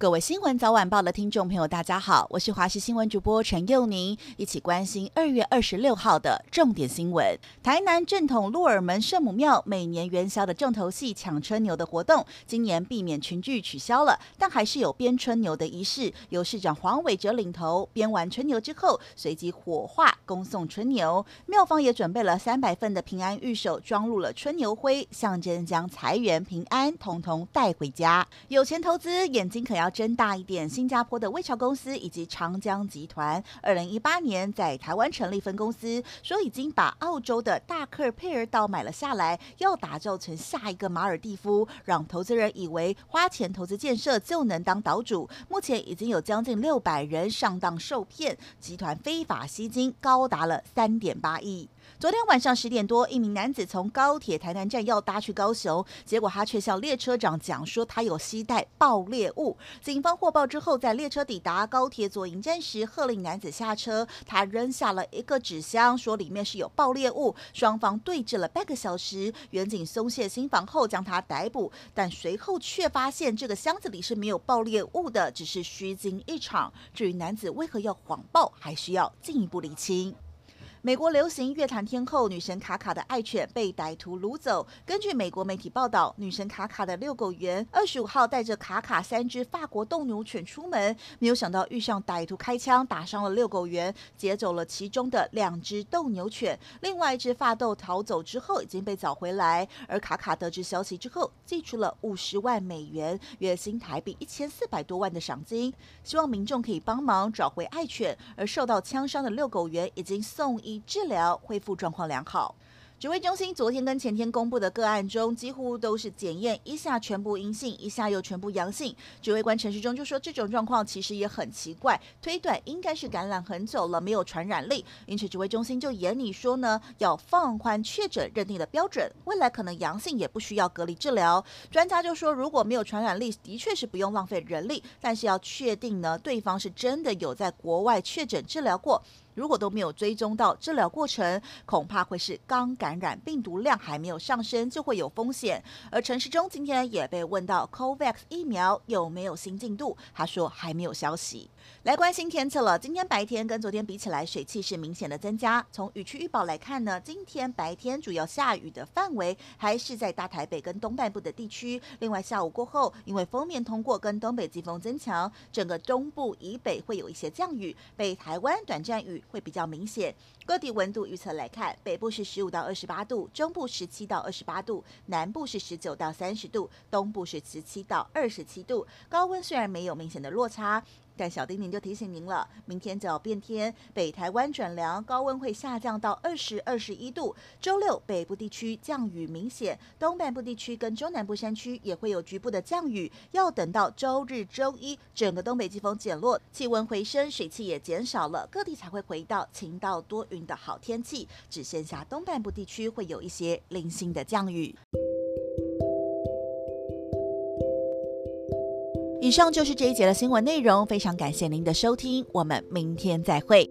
各位新闻早晚报的听众朋友大家好，我是华视新闻主播陈佑宁，一起关心2月26号的重点新闻。台南正统鹿耳门圣母庙每年元宵的重头戏抢春牛的活动，今年避免群聚取消了，但还是有编春牛的仪式，由市长黄伟哲领头，编完春牛之后随即火化恭送春牛。庙方也准备了300份的平安御守，装入了春牛灰，象征将财源平安统统带回家。有钱投资眼睛可要睁大一点，新加坡的魏潮公司以及长江集团2018年在台湾成立分公司，说已经把澳洲的大克佩尔岛买了下来，要打造成下一个马尔地夫，让投资人以为花钱投资建设就能当岛主。目前已经有将近600人上当受骗，集团非法吸金高达了3.8亿。昨天晚上10点多，一名男子从高铁台南站要搭去高雄，结果他却向列车长讲说他有携带爆裂物。警方获报之后，在列车抵达高铁左营站时，喝令男子下车，他扔下了一个纸箱，说里面是有爆裂物。双方对峙了半个小时，员警松懈心防后将他逮捕，但随后却发现这个箱子里是没有爆裂物的，只是虚惊一场。至于男子为何要谎报，还需要进一步厘清。美国流行乐坛天后女神卡卡的爱犬被歹徒掳走。根据美国媒体报道，女神卡卡的遛狗员25号带着卡卡3只法国斗牛犬出门，没有想到遇上歹徒开枪打伤了遛狗员，劫走了其中的2只斗牛犬，另外1只法斗逃走之后已经被找回来。而卡卡得知消息之后，寄出了50万美元，约新台币1400多万的赏金，希望民众可以帮忙找回爱犬。而受到枪伤的遛狗员已经送医治疗，恢复状况良好。指挥中心昨天跟前天公布的个案中，几乎都是检验一下全部阴性，一下又全部阳性。指挥官陈时中就说，这种状况其实也很奇怪，推断应该是感染很久了，没有传染力。因此指挥中心就严拟说呢，要放宽确诊认定的标准，未来可能阳性也不需要隔离治疗。专家就说，如果没有传染力，的确是不用浪费人力，但是要确定呢，对方是真的有在国外确诊治疗过。如果都没有追踪到治疗过程，恐怕会是刚感染，病毒量还没有上升，就会有风险。而陈时中今天也被问到 COVAX 疫苗有没有新进度，他说还没有消息。来关心天气了，今天白天跟昨天比起来，水汽是明显的增加。从雨区预报来看呢，今天白天主要下雨的范围还是在大台北跟东半部的地区。另外下午过后，因为锋面通过跟东北季风增强，整个东部以北会有一些降雨，北台湾短暂雨会比较明显。各地温度预测来看，北部是15到28度，中部17到28度，南部是19到30度，东部是17到27度。高温虽然没有明显的落差，但小丁宁就提醒您了，明天只要变天，北台湾转凉，高温会下降到20、21度。周六北部地区降雨明显，东半部地区跟中南部山区也会有局部的降雨，要等到周日、周一，整个东北季风减弱，气温回升，水汽也减少了，各地才会回到晴到多云的好天气，只剩下东半部地区会有一些零星的降雨。以上就是这一节的新闻内容，非常感谢您的收听，我们明天再会。